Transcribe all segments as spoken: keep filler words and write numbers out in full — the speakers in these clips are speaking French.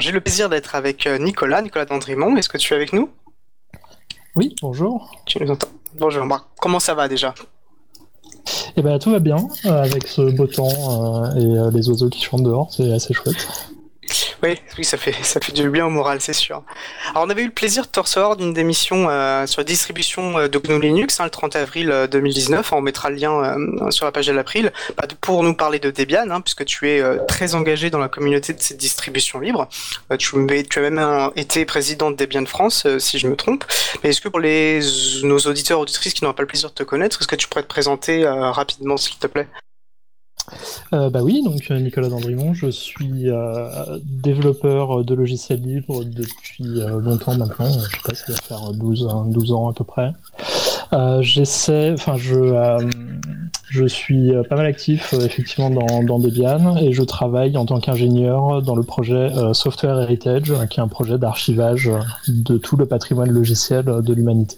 J'ai le plaisir d'être avec euh, Nicolas, Nicolas Dandrimont. Est-ce que tu es avec nous? Oui, bonjour. Tu nous entends? Bonjour, Marc. Comment ça va déjà? Eh ben, tout va bien euh, avec ce beau temps euh, et euh, les oiseaux qui chantent dehors, c'est assez chouette. Oui, oui, ça fait, ça fait du bien au moral, c'est sûr. Alors, on avait eu le plaisir de te recevoir d'une démission euh, sur la distribution euh, de G N U Linux hein, le trente avril euh, deux mille dix-neuf. On mettra le lien euh, sur la page de l'April bah, pour nous parler de Debian, hein, puisque tu es euh, très engagé dans la communauté de cette distribution libre. Euh, tu, tu as même euh, été président de Debian France, euh, si je me trompe. Mais est-ce que pour les, nos auditeurs auditrices qui n'ont pas le plaisir de te connaître, est-ce que tu pourrais te présenter euh, rapidement, s'il te plaît? Euh, bah oui, donc euh, Nicolas Dandrimont, je suis euh, développeur de logiciels libres depuis euh, longtemps maintenant, je sais pas, ça va faire douze, douze ans à peu près. Euh, j'essaie, enfin je, euh, je suis pas mal actif euh, effectivement dans, dans Debian et je travaille en tant qu'ingénieur dans le projet euh, Software Heritage, qui est un projet d'archivage de tout le patrimoine logiciel de l'humanité.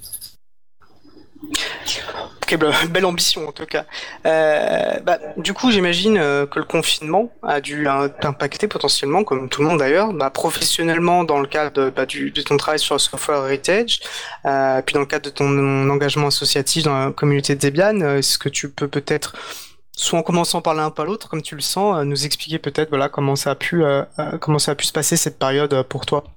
Ok, bah, belle ambition en tout cas. Euh, bah, du coup, j'imagine euh, que le confinement a dû euh, t'impacter potentiellement, comme tout le monde d'ailleurs, bah, professionnellement dans le cadre bah, du, de ton travail sur le Software Heritage, euh, puis dans le cadre de ton engagement associatif dans la communauté de Debian. Euh, Est-ce que tu peux peut-être, soit en commençant par l'un par l'autre, comme tu le sens, euh, nous expliquer peut-être voilà comment ça a pu euh, euh, comment ça a pu se passer cette période euh, pour toi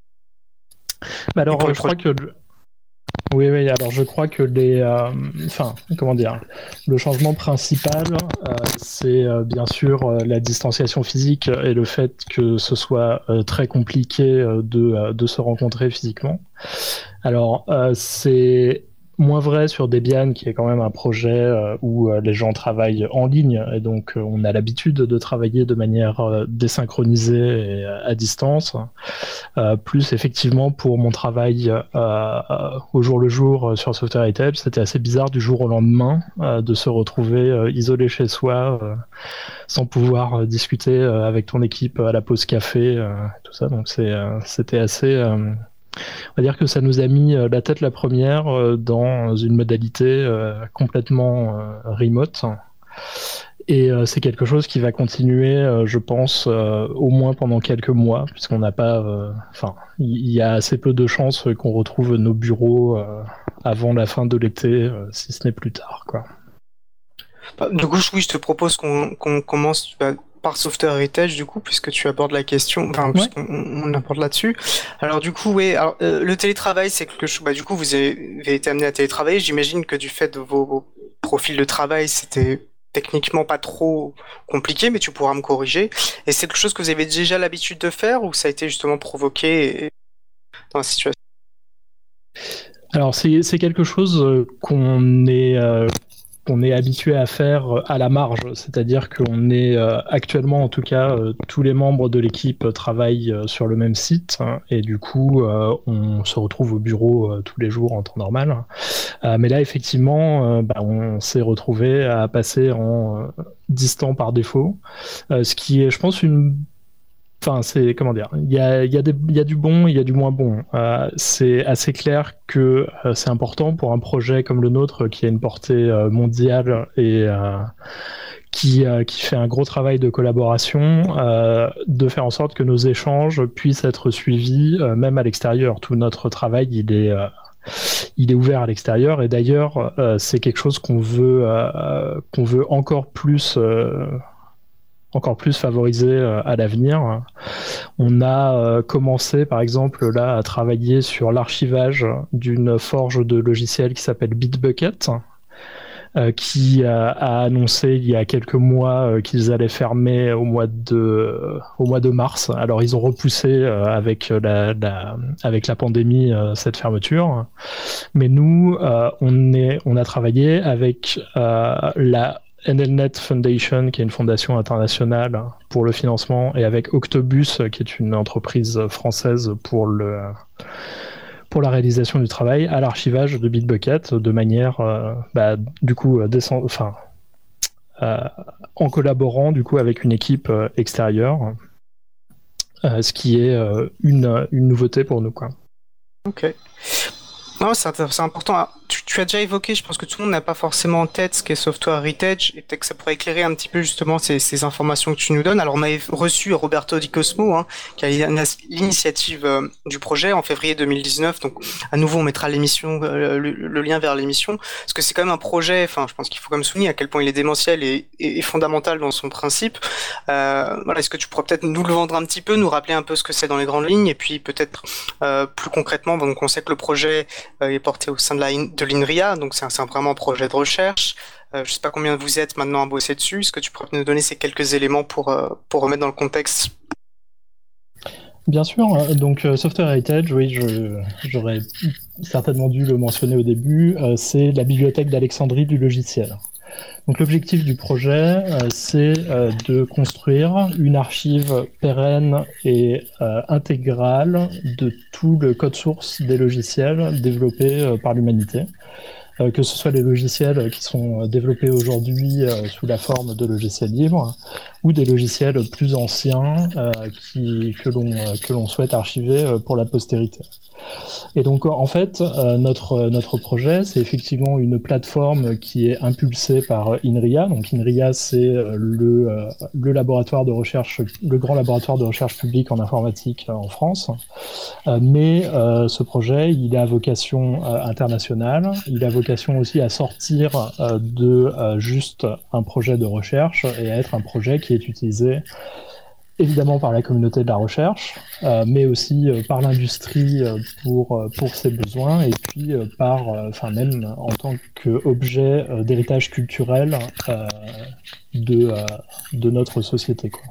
Bah et alors, pour euh, le je projet. crois que le- oui, oui, alors je crois que les. euh, Enfin, comment dire. Le changement principal, euh, c'est euh, bien sûr euh, la distanciation physique et le fait que ce soit euh, très compliqué euh, de, euh, de se rencontrer physiquement. Alors, euh, c'est moins vrai sur Debian, qui est quand même un projet euh, où euh, les gens travaillent en ligne, et donc euh, on a l'habitude de travailler de manière euh, désynchronisée et euh, à distance. Euh, plus effectivement pour mon travail euh, euh, au jour le jour euh, sur Software Heritage, c'était assez bizarre du jour au lendemain euh, de se retrouver euh, isolé chez soi euh, sans pouvoir euh, discuter euh, avec ton équipe à la pause café, euh, tout ça. Donc c'est, euh, c'était assez. Euh, on va dire que ça nous a mis euh, la tête la première euh, dans une modalité euh, complètement euh, remote. Et euh, c'est quelque chose qui va continuer, euh, je pense, euh, au moins pendant quelques mois, puisqu'on n'a pas. euh, Enfin, il y, y a assez peu de chances qu'on retrouve nos bureaux euh, avant la fin de l'été, euh, si ce n'est plus tard, quoi. Bah, du coup, oui, je te propose qu'on qu'on commence bah, par Software Heritage, du coup, puisque tu abordes la question, enfin, Ouais. puisqu'on on aborde là-dessus. Alors, du coup, oui, alors, euh, le télétravail, c'est quelque chose, bah, du coup, vous avez, avez été amené à télétravailler. J'imagine que du fait de vos, vos profils de travail, c'était techniquement pas trop compliqué, mais tu pourras me corriger. Et c'est quelque chose que vous avez déjà l'habitude de faire ou ça a été justement provoqué dans la situation? Alors c'est c'est quelque chose euh, qu'on est euh, qu'on est habitué à faire euh, à la marge, c'est-à-dire qu'on est euh, actuellement, en tout cas, euh, tous les membres de l'équipe euh, travaillent euh, sur le même site hein, et du coup, euh, on se retrouve au bureau euh, tous les jours en temps normal. Euh, mais là, effectivement, euh, bah, on s'est retrouvé à passer en euh, distant par défaut, euh, ce qui est, je pense, une Enfin, c'est comment dire. Il y a, il y a des, il y a du bon, il y a du moins bon. Euh, c'est assez clair que euh, c'est important pour un projet comme le nôtre qui a une portée euh, mondiale et euh, qui, euh, qui fait un gros travail de collaboration, euh, de faire en sorte que nos échanges puissent être suivis euh, même à l'extérieur. Tout notre travail, il est euh, il est ouvert à l'extérieur et d'ailleurs euh, c'est quelque chose qu'on veut euh, qu'on veut encore plus euh, encore plus favoriser euh, à l'avenir. On a euh, commencé, par exemple, là, à travailler sur l'archivage d'une forge de logiciels qui s'appelle Bitbucket, euh, qui a, a annoncé il y a quelques mois euh, qu'ils allaient fermer au mois de, au mois de mars. Alors, ils ont repoussé euh, avec, la, la, avec la pandémie euh, cette fermeture. Mais nous, euh, on, est, on a travaillé avec euh, la NLnet Foundation, qui est une fondation internationale pour le financement, et avec Octobus, qui est une entreprise française pour, le, pour la réalisation du travail, à l'archivage de Bitbucket, de manière, euh, bah, du coup, descend, enfin, euh, en collaborant, du coup, avec une équipe euh, extérieure, euh, ce qui est euh, une, une nouveauté pour nous, quoi. Ok. Non, c'est intér- c'est important. Ah, tu tu as déjà évoqué, je pense que tout le monde n'a pas forcément en tête ce qu'est Software Heritage, et peut-être que ça pourrait éclairer un petit peu justement ces, ces informations que tu nous donnes. Alors, on avait reçu Roberto Di Cosmo, hein, qui a l'initiative euh, du projet en février deux mille dix-neuf. Donc, à nouveau, on mettra l'émission, euh, le, le lien vers l'émission, parce que c'est quand même un projet. Enfin, je pense qu'il faut quand même souligner à quel point il est démentiel et, et, et fondamental dans son principe. Euh, voilà, est-ce que tu pourrais peut-être nous le vendre un petit peu, nous rappeler un peu ce que c'est dans les grandes lignes, et puis peut-être euh, plus concrètement, donc on sait que le projet euh, est porté au sein de la de l'INRIA, donc c'est un, c'est un vraiment un projet de recherche. Euh, je sais pas combien vous êtes maintenant à bosser dessus. Est-ce que tu pourrais nous donner ces quelques éléments pour euh, pour remettre dans le contexte? Bien sûr, donc euh, Software Heritage, oui, je, j'aurais certainement dû le mentionner au début, euh, c'est la bibliothèque d'Alexandrie du logiciel. Donc l'objectif du projet, euh, c'est euh, de construire une archive pérenne et euh, intégrale de tout le code source des logiciels développés euh, par l'humanité. Euh, que ce soit les logiciels qui sont développés aujourd'hui euh, sous la forme de logiciels libres ou des logiciels plus anciens euh, qui, que l'on que l'on souhaite archiver euh, pour la postérité. Et donc en fait, euh, notre notre projet, c'est effectivement une plateforme qui est impulsée par INRIA. Donc INRIA, c'est le euh, le laboratoire de recherche, le grand laboratoire de recherche publique en informatique euh, en France. Euh, mais euh, ce projet, il a vocation euh, internationale. Il a vocation aussi à sortir euh, de euh, juste un projet de recherche et à être un projet qui est utilisé évidemment par la communauté de la recherche, euh, mais aussi euh, par l'industrie euh, pour euh, pour ses besoins, et puis euh, par, enfin euh, même en tant qu'objet euh, d'héritage culturel euh, de euh, de notre société, quoi.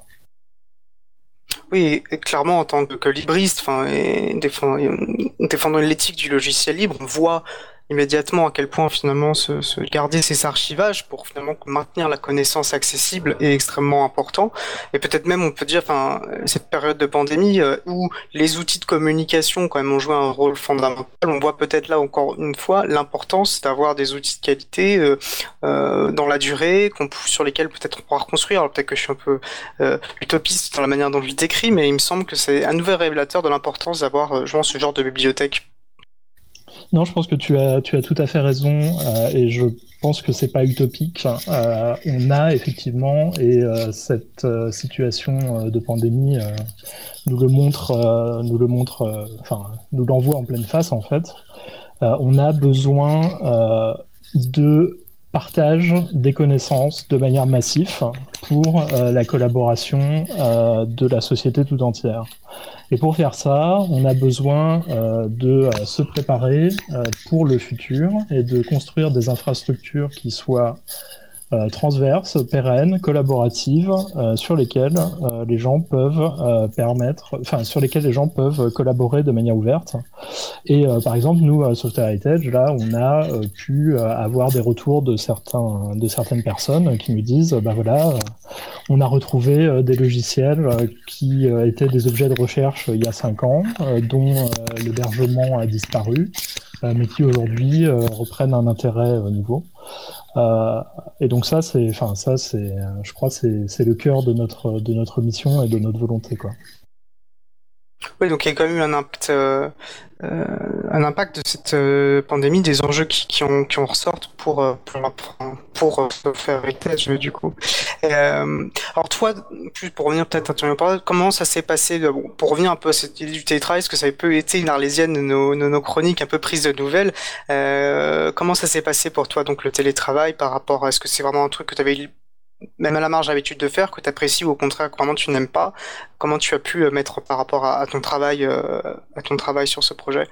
Oui, et clairement en tant que libriste, enfin, et défend, défendant l'éthique du logiciel libre, on voit immédiatement à quel point finalement se, se garder ces archivages pour finalement maintenir la connaissance accessible est extrêmement important. Et peut-être même on peut dire, enfin, cette période de pandémie euh, où les outils de communication quand même ont joué un rôle fondamental, on voit peut-être là encore une fois l'importance d'avoir des outils de qualité euh, euh, dans la durée, qu'on, sur lesquels peut-être on pourra reconstruire. Alors peut-être que je suis un peu euh, utopiste dans la manière dont je le décris, mais il me semble que c'est un nouvel révélateur de l'importance d'avoir euh, genre, ce genre de bibliothèque. Non, je pense que tu as, tu as tout à fait raison, euh, et je pense que c'est pas utopique. Euh, on a effectivement, et euh, cette euh, situation de pandémie euh, nous le montre, euh, nous le montre, euh, enfin, nous l'envoie en pleine face en fait. Euh, on a besoin euh, de partage des connaissances de manière massive pour euh, la collaboration euh, de la société tout entière. Et pour faire ça, on a besoin euh, de euh, se préparer euh, pour le futur et de construire des infrastructures qui soient euh, transverses, pérennes, collaboratives, euh, sur lesquelles euh, les gens peuvent euh, permettre, enfin sur lesquelles les gens peuvent collaborer de manière ouverte. Et euh, par exemple, nous, à Software Heritage, là, on a euh, pu euh, avoir des retours de certains, de certaines personnes qui nous disent, bah voilà, euh, on a retrouvé euh, des logiciels euh, qui euh, étaient des objets de recherche euh, il y a cinq ans, euh, dont euh, l'hébergement a disparu, euh, mais qui aujourd'hui euh, reprennent un intérêt euh, nouveau. Euh, et donc ça, c'est, enfin ça, c'est, je crois, c'est, c'est le cœur de notre de notre mission et de notre volonté, quoi. Oui, donc il y a quand même eu un impact, euh, euh, un impact de cette euh, pandémie, des enjeux qui, qui, ont, qui en ressortent pour, euh, pour, pour, pour faire héritage, du coup. Et, euh, alors toi, plus pour revenir peut-être à ton parole, comment ça s'est passé, de, bon, pour revenir un peu à cette idée du télétravail, parce que ça a peu été une arlésienne de nos, de nos chroniques un peu prises de nouvelles, euh, comment ça s'est passé pour toi, donc le télétravail, par rapport à, est-ce que c'est vraiment un truc que tu avais même à la marge l'habitude de faire, que tu apprécies ou au contraire que vraiment tu n'aimes pas? Comment tu as pu mettre par rapport à, à ton travail euh, à ton travail sur ce projet?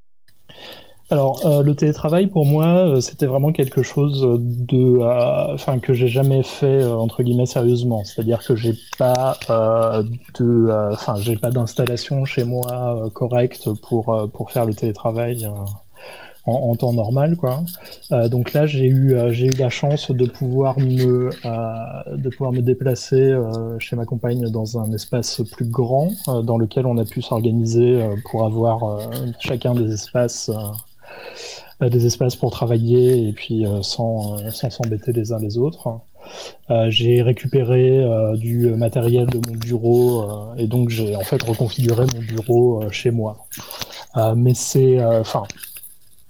Alors euh, le télétravail pour moi euh, c'était vraiment quelque chose de, enfin euh, que j'ai jamais fait euh, entre guillemets sérieusement. C'est-à-dire que j'ai pas euh, de, enfin euh, j'ai pas d'installation chez moi euh, correcte pour euh, pour faire le télétravail. Euh, En, en temps normal, quoi. Euh, donc là, j'ai eu, euh, j'ai eu la chance de pouvoir me, euh, de pouvoir me déplacer euh, chez ma compagne dans un espace plus grand, euh, dans lequel on a pu s'organiser euh, pour avoir euh, chacun des espaces, euh, des espaces pour travailler et puis euh, sans, euh, sans s'embêter les uns les autres. Euh, j'ai récupéré euh, du matériel de mon bureau euh, et donc j'ai en fait reconfiguré mon bureau euh, chez moi. Euh, mais c'est, enfin. Euh,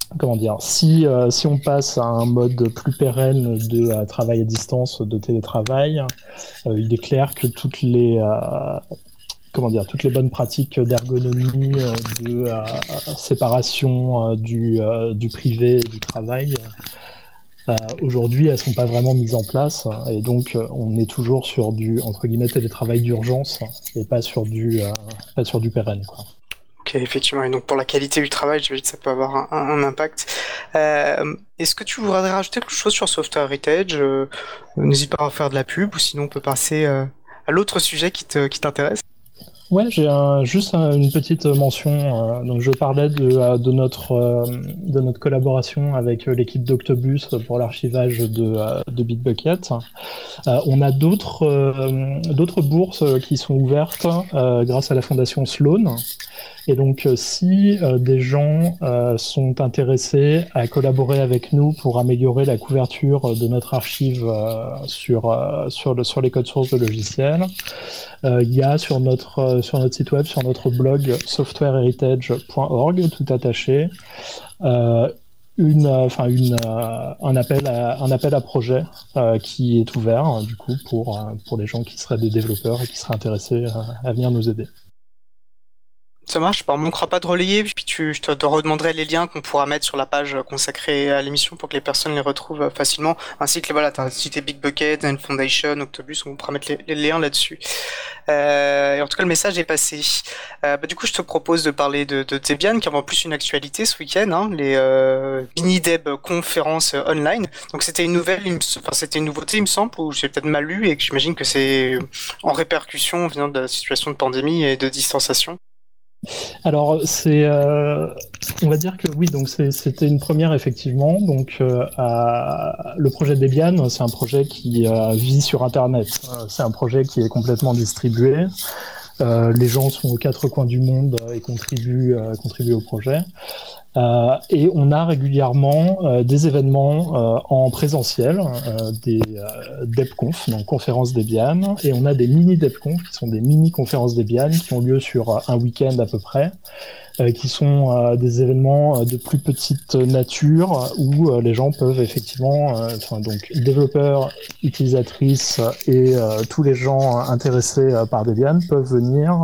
comment dire, si, euh, si on passe à un mode plus pérenne de euh, travail à distance, de télétravail, euh, il est clair que toutes les, euh, comment dire, toutes les bonnes pratiques d'ergonomie, euh, de euh, séparation euh, du, euh, du privé et du travail, euh, aujourd'hui, elles sont pas vraiment mises en place. Et donc, euh, on est toujours sur du, entre guillemets, télétravail d'urgence et pas sur du, euh, pas sur du pérenne, quoi. Ok, effectivement. Et donc pour la qualité du travail, j'imagine que ça peut avoir un, un impact. Euh, est-ce que tu voudrais rajouter quelque chose sur Software Heritage? Euh, N'hésite pas à faire de la pub, ou sinon on peut passer euh, à l'autre sujet qui te, qui t'intéresse. Ouais, j'ai un- juste un- une petite mention. Euh, donc, je parlais de, euh, de notre euh, de notre collaboration avec euh, l'équipe d'Octobus pour l'archivage de, euh, de Bitbucket. Euh, on a d'autres euh, d'autres bourses qui sont ouvertes euh, grâce à la fondation Sloan. Et donc, euh, si euh, des gens euh, sont intéressés à collaborer avec nous pour améliorer la couverture de notre archive euh, sur euh, sur le sur les codes sources de logiciels, euh, il y a sur notre euh, sur notre site web, sur notre blog software heritage point org, tout attaché, euh, une, enfin une, euh, un appel à un appel à projet euh, qui est ouvert euh, du coup pour euh, pour les gens qui seraient des développeurs et qui seraient intéressés euh, à venir nous aider. Ça marche, bah, on ne manquera pas de relayer, puis tu, je te, te redemanderai les liens qu'on pourra mettre sur la page consacrée à l'émission pour que les personnes les retrouvent facilement, ainsi que voilà, tu as cité Bitbucket, Zen Foundation, Octobus, on pourra mettre les, les liens là-dessus. Euh, et en tout cas, le message est passé. Euh, bah, du coup, je te propose de parler de, de Debian, qui a en plus une actualité ce week-end, hein, les euh, mini-deb conférences online. Donc c'était une nouvelle, il me- enfin c'était une nouveauté, il me semble, ou j'ai peut-être mal lu, et que j'imagine que c'est en répercussion venant de la situation de pandémie et de distanciation. Alors c'est, euh, on va dire que oui, donc c'est- c'était une première effectivement. Donc euh, à- le projet Debian, c'est un projet qui euh, vit sur Internet. Euh, c'est un projet qui est complètement distribué. Euh, les gens sont aux quatre coins du monde euh, et contribuent, euh, contribuent au projet. Euh, et on a régulièrement euh, des événements euh, en présentiel, euh, des euh, DebConf, donc conférences Debian, et on a des mini DebConf qui sont des mini conférences Debian qui ont lieu sur euh, un week-end à peu près, euh, qui sont euh, des événements euh, de plus petite nature où euh, les gens peuvent effectivement, euh, enfin donc développeurs, utilisatrices et euh, tous les gens intéressés euh, par Debian peuvent venir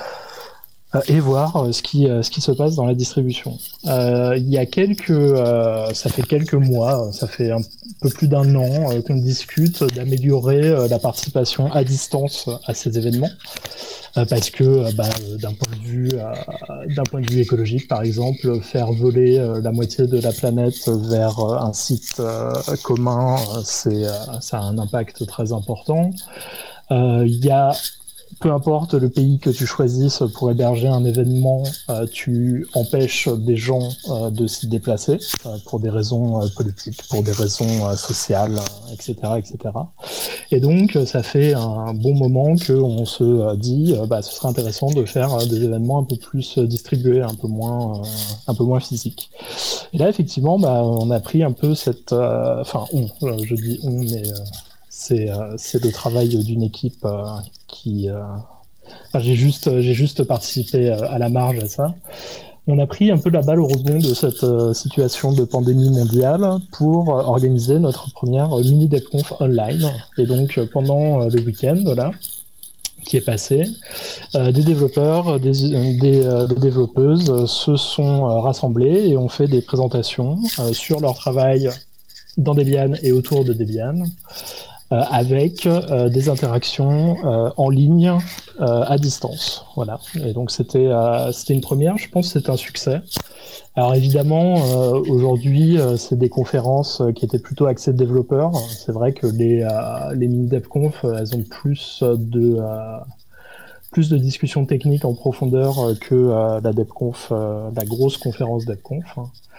euh, et voir euh, ce qui euh, ce qui se passe dans la distribution. Euh, il y a quelques, euh, ça fait quelques mois, ça fait un peu plus d'un an euh, qu'on discute d'améliorer euh, la participation à distance à ces événements, euh, parce que euh, bah, euh, d'un point de vue euh, d'un point de vue écologique, par exemple, faire voler euh, la moitié de la planète vers euh, un site euh, commun, euh, c'est euh, ça a un impact très important. Euh, Il y a peu importe le pays que tu choisisses pour héberger un événement, euh, tu empêches des gens euh, de s'y déplacer euh, pour des raisons euh, politiques, pour des raisons euh, sociales, euh, et cetera, et cetera. Et donc, ça fait un bon moment qu'on se euh, dit, euh, bah, ce serait intéressant de faire euh, des événements un peu plus euh, distribués, un peu moins, euh, un peu moins physiques. Et là, effectivement, bah, on a pris un peu cette, euh, enfin, on, euh, je dis on, mais euh, c'est euh, c'est le travail d'une équipe euh, qui. Euh, enfin, j'ai juste j'ai juste participé euh, à la marge à ça. On a pris un peu la balle au rebond de cette euh, situation de pandémie mondiale pour euh, organiser notre première euh, mini DevConf online. Et donc euh, pendant euh, le week-end là qui est passé, euh, des développeurs, des, des, euh, des développeuses euh, se sont euh, rassemblés et ont fait des présentations euh, sur leur travail dans Debian et autour de Debian, euh, avec euh, des interactions euh, en ligne euh, à distance. Voilà. Et donc c'était euh, c'était une première. Je pense que c'est un succès. Alors évidemment, euh, aujourd'hui, euh, c'est des conférences euh, qui étaient plutôt axées développeurs. C'est vrai que les euh, les mini DevConf, euh, elles ont plus de euh, plus de discussions techniques en profondeur euh, que euh, la DevConf, euh, la grosse conférence DevConf.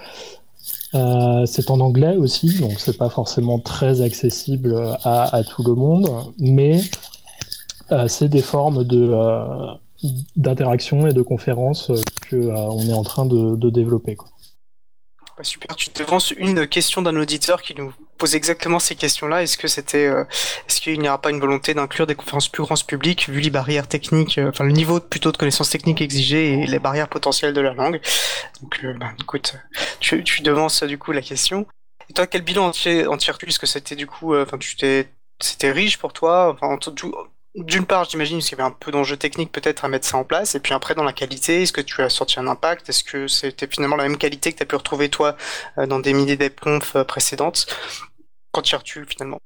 Euh, c'est en anglais aussi, donc c'est pas forcément très accessible à, à tout le monde, mais euh, c'est des formes de euh, d'interaction et de conférences que euh, on est en train de, de développer, quoi. Bah, super, tu te devances une question d'un auditeur qui nous poser exactement ces questions-là. Est-ce que c'était, euh, est-ce qu'il n'y aura pas une volonté d'inclure des conférences plus grand public, vu les barrières techniques, euh, enfin le niveau plutôt de connaissances techniques exigées et les barrières potentielles de la langue. Donc, euh, bah, écoute, tu, tu devances du coup la question. Et toi, quel bilan en, en tires-tu? Est-ce que c'était du coup, enfin, euh, tu t'es, c'était riche pour toi? Enfin, en tout, d'une part, j'imagine qu'il y avait un peu d'enjeux techniques peut-être à mettre ça en place, et puis après dans la qualité, est-ce que tu as sorti un impact? Est-ce que c'était finalement la même qualité que tu as pu retrouver toi dans des milliers d'EPConf précédentes? Qu'en tires-tu finalement?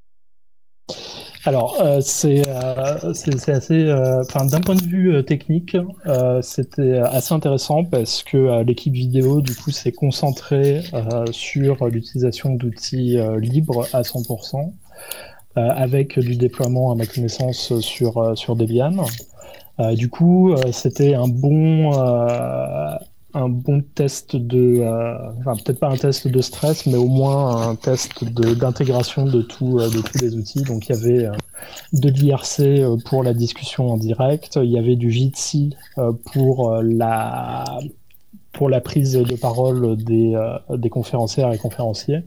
Alors, euh, c'est, euh, c'est, c'est assez, enfin, euh, d'un point de vue euh, technique, euh, c'était assez intéressant parce que euh, l'équipe vidéo du coup s'est concentrée euh, sur l'utilisation d'outils euh, libres à cent pour cent. Euh, avec du déploiement à ma connaissance sur, euh, sur Debian. Euh, du coup, euh, c'était un bon, euh, un bon test de... Euh, enfin, peut-être pas un test de stress, mais au moins un test de, d'intégration de, tout, euh, de tous les outils. Donc, il y avait euh, de l'I R C pour la discussion en direct, il y avait du Jitsi euh, pour, euh, la, pour la prise de parole des, euh, des conférencières et conférenciers.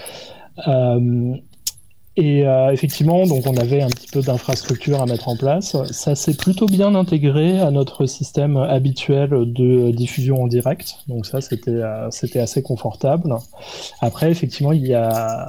Euh, Et euh, effectivement, donc on avait un petit peu d'infrastructure à mettre en place. Ça s'est plutôt bien intégré à notre système habituel de diffusion en direct. Donc ça, c'était euh, c'était assez confortable. Après, effectivement, il y a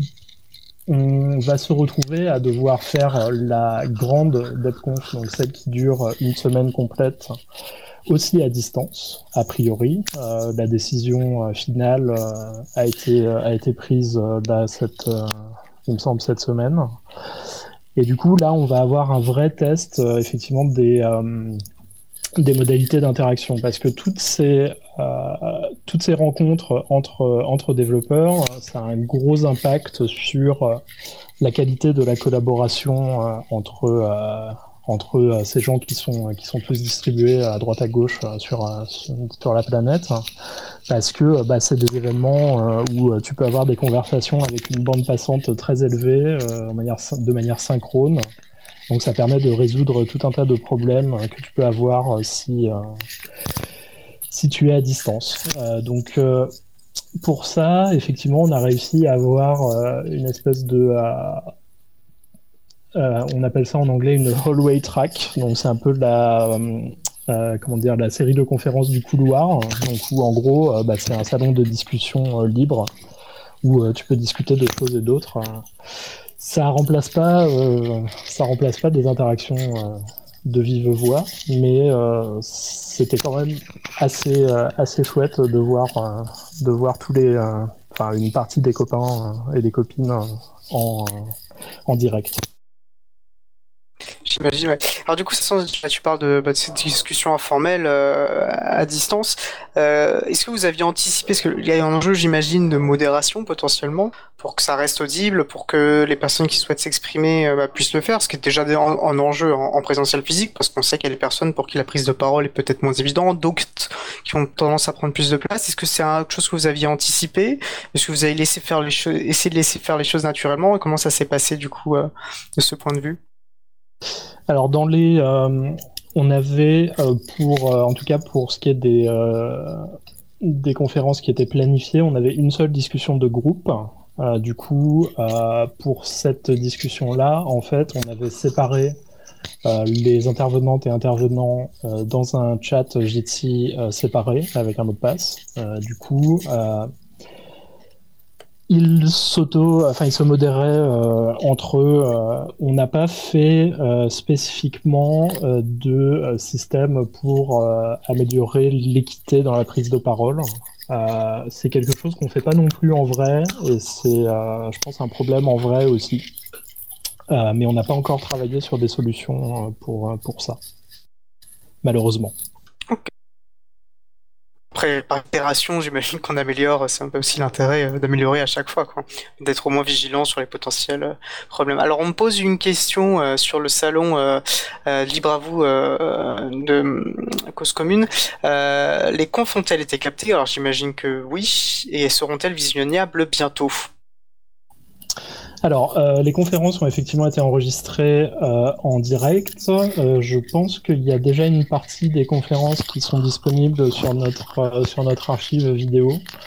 on va se retrouver à devoir faire la grande DebConf, donc celle qui dure une semaine complète, aussi à distance, a priori. Euh, la décision finale euh, a été a été prise euh, là cette euh, il me semble, cette semaine. Et du coup, là, on va avoir un vrai test, euh, effectivement, des, euh, des modalités d'interaction. Parce que toutes ces, euh, toutes ces rencontres entre, entre développeurs, ça a un gros impact sur euh, la qualité de la collaboration euh, entre, euh, entre euh, ces gens qui sont, qui sont tous distribués à droite à gauche euh, sur, euh, sur la planète. Parce que bah, c'est des événements euh, où tu peux avoir des conversations avec une bande passante très élevée, euh, de, manière, de manière synchrone. Donc ça permet de résoudre tout un tas de problèmes que tu peux avoir euh, si, euh, si tu es à distance. Euh, donc euh, pour ça, effectivement, on a réussi à avoir euh, une espèce de... Euh, euh, on appelle ça en anglais une hallway track. Donc c'est un peu de la... Euh, Euh, comment dire, la série de conférences du couloir, donc où en gros euh, bah, c'est un salon de discussion euh, libre où euh, tu peux discuter de choses et d'autres. Ça remplace pas, euh, ça remplace pas des interactions euh, de vive voix, mais euh, c'était quand même assez euh, assez chouette de voir euh, de voir tous les, euh, enfin une partie des copains euh, et des copines euh, en en direct. J'imagine, ouais. Alors du coup, ça sent, là, tu parles de, bah, de cette discussion informelle euh, à distance. Euh, est-ce que vous aviez anticipé, parce qu'il y a un enjeu, j'imagine, de modération potentiellement, pour que ça reste audible, pour que les personnes qui souhaitent s'exprimer euh, bah, puissent le faire, ce qui est déjà en, en enjeu en, en présentiel physique, parce qu'on sait qu'il y a des personnes pour qui la prise de parole est peut-être moins évidente, d'autres qui ont tendance à prendre plus de place. Est-ce que c'est quelque chose que vous aviez anticipé? Est-ce que vous avez laissé faire les choses, essayé de laisser faire les choses naturellement? Et comment ça s'est passé du coup euh, de ce point de vue? Alors dans les, euh, on avait euh, pour, euh, en tout cas pour ce qui est des euh, des conférences qui étaient planifiées, on avait une seule discussion de groupe. Euh, du coup, euh, pour cette discussion-là, en fait, on avait séparé euh, les intervenantes et intervenants euh, dans un chat Jitsi euh, séparé avec un mot de passe. Euh, du coup. Euh, Ils s'auto, enfin ils se modéraient euh, entre eux. Euh, on n'a pas fait euh, spécifiquement euh, de euh, système pour euh, améliorer l'équité dans la prise de parole. Euh, c'est quelque chose qu'on fait pas non plus en vrai, et c'est, euh, je pense, un problème en vrai aussi. Euh, mais on n'a pas encore travaillé sur des solutions pour pour ça, malheureusement. Okay. Après, par itération, j'imagine qu'on améliore, c'est un peu aussi l'intérêt d'améliorer à chaque fois, quoi. D'être au moins vigilant sur les potentiels problèmes. Alors, on me pose une question euh, sur le salon euh, euh, Libre à vous euh, de Cause Commune. Euh, les confs ont-elles été captées? Alors, j'imagine que oui. Et seront-elles visionnables bientôt? Alors, euh, les conférences ont effectivement été enregistrées euh, en direct. Euh, je pense qu'il y a déjà une partie des conférences qui sont disponibles sur notre euh, sur notre archive vidéo.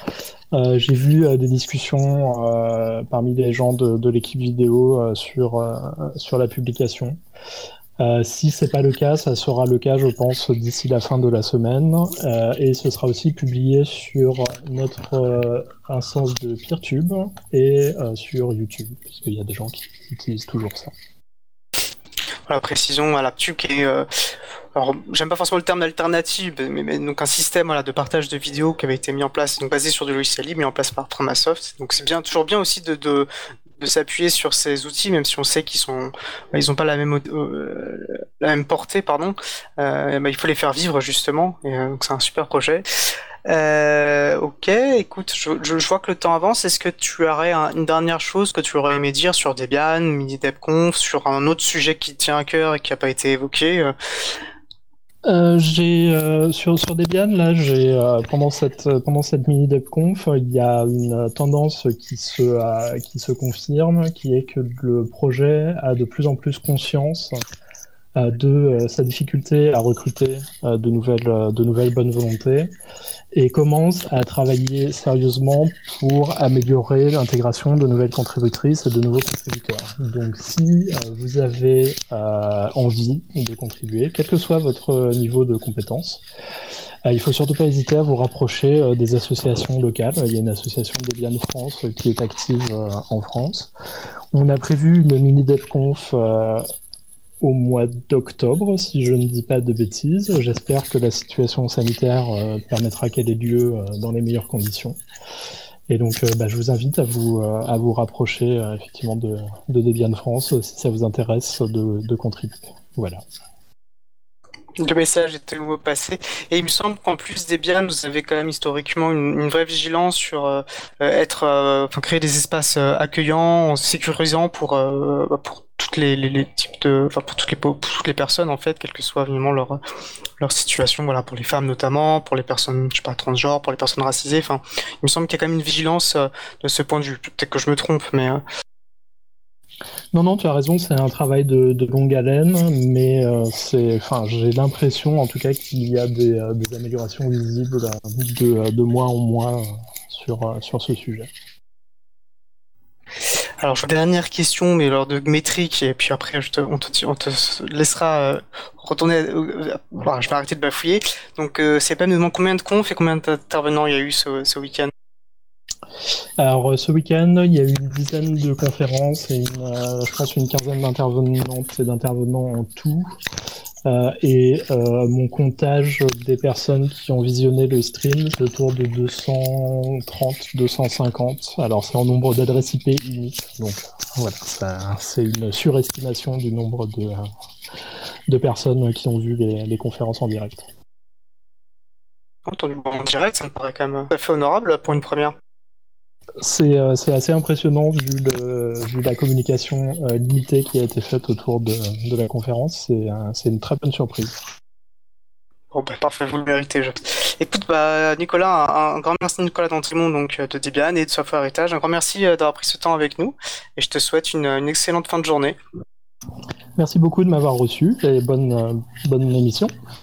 Euh, j'ai vu euh, des discussions euh, parmi les gens de, de l'équipe vidéo euh, sur, euh, sur la publication. Euh, si c'est pas le cas, ça sera le cas, je pense, d'ici la fin de la semaine, euh, et ce sera aussi publié sur notre euh, instance de Peertube et euh, sur YouTube, parce qu'il y a des gens qui utilisent toujours ça. Voilà, précision à l'actu qui est, euh, alors j'aime pas forcément le terme d'alternative, mais, mais donc un système voilà, de partage de vidéos qui avait été mis en place, donc basé sur du logiciel libre, mis en place par Framasoft. Donc c'est bien, toujours bien aussi de, de de s'appuyer sur ces outils, même si on sait qu'ils sont, ils ont pas la même, euh, la même portée, pardon. Euh, bah, il faut les faire vivre justement. Et, euh, donc c'est un super projet. Euh, ok, écoute, je, je, je vois que le temps avance. Est-ce que tu aurais un, une dernière chose que tu aurais aimé dire sur Debian, Mini-DebConf, sur un autre sujet qui te tient à cœur et qui n'a pas été évoqué? euh, Euh, j'ai euh, sur sur Debian là, j'ai euh, pendant cette pendant cette mini DebConf, il y a une tendance qui se euh, qui se confirme, qui est que le projet a de plus en plus conscience euh, de euh, sa difficulté à recruter euh, de nouvelles euh, de nouvelles bonnes volontés et commence à travailler sérieusement pour améliorer l'intégration de nouvelles contributrices et de nouveaux contributeurs. Donc si euh, vous avez euh, envie de contribuer, quel que soit votre niveau de compétence, euh, il faut surtout pas hésiter à vous rapprocher euh, des associations locales. Il y a une association Debian France euh, qui est active euh, en France. On a prévu une mini DevConf euh, au mois d'octobre, si je ne dis pas de bêtises. J'espère que la situation sanitaire euh, permettra qu'elle ait lieu euh, dans les meilleures conditions. Et donc, euh, bah, je vous invite à vous, euh, à vous rapprocher euh, effectivement de, de Debian France euh, si ça vous intéresse de, de contribuer. Voilà. Le message est de nouveau passé. Et il me semble qu'en plus Debian, vous avez quand même historiquement une, une vraie vigilance sur euh, être, euh, enfin créer des espaces euh, accueillants, sécurisants pour euh, pour toutes les, les, les types de, enfin pour toutes les pour toutes les personnes en fait, quelle que soit évidemment leur leur situation. Voilà, pour les femmes notamment, pour les personnes, je sais pas, transgenres, pour les personnes racisées. Enfin, il me semble qu'il y a quand même une vigilance euh, de ce point de vue. Peut-être que je me trompe, mais euh, Non, non, tu as raison, c'est un travail de, de longue haleine, mais euh, c'est, enfin, j'ai l'impression en tout cas qu'il y a des, euh, des améliorations visibles euh, de, de mois en mois euh, sur, euh, sur ce sujet. Alors, dernière question, mais alors de métrique, et puis après, je te, on, te, on te laissera euh, retourner. Euh, bon, je vais arrêter de bafouiller. Donc, euh, c'est pas nous demander combien de confs et combien d'intervenants il y a eu ce, ce week-end. Alors, ce week-end, il y a eu une dizaine de conférences et une, euh, je pense une quinzaine d'intervenantes et d'intervenants en tout. Euh, et euh, mon comptage des personnes qui ont visionné le stream, c'est autour de deux cent trente, deux cent cinquante. Alors, c'est en nombre d'adresses I P uniques. Donc, voilà, ça, c'est une surestimation du nombre de, euh, de personnes qui ont vu les, les conférences en direct. Entendu en direct, ça me paraît quand même tout à fait honorable pour une première. C'est, euh, c'est assez impressionnant vu, le, vu la communication euh, limitée qui a été faite autour de, de la conférence. C'est, euh, c'est une très bonne surprise. Bon bah parfait, vous le méritez. Je... Écoute, bah Nicolas, un, un grand merci Nicolas Dantimon donc de Debian et de Software Heritage. Un grand merci d'avoir pris ce temps avec nous et je te souhaite une, une excellente fin de journée. Merci beaucoup de m'avoir reçu et bonne, euh, bonne émission.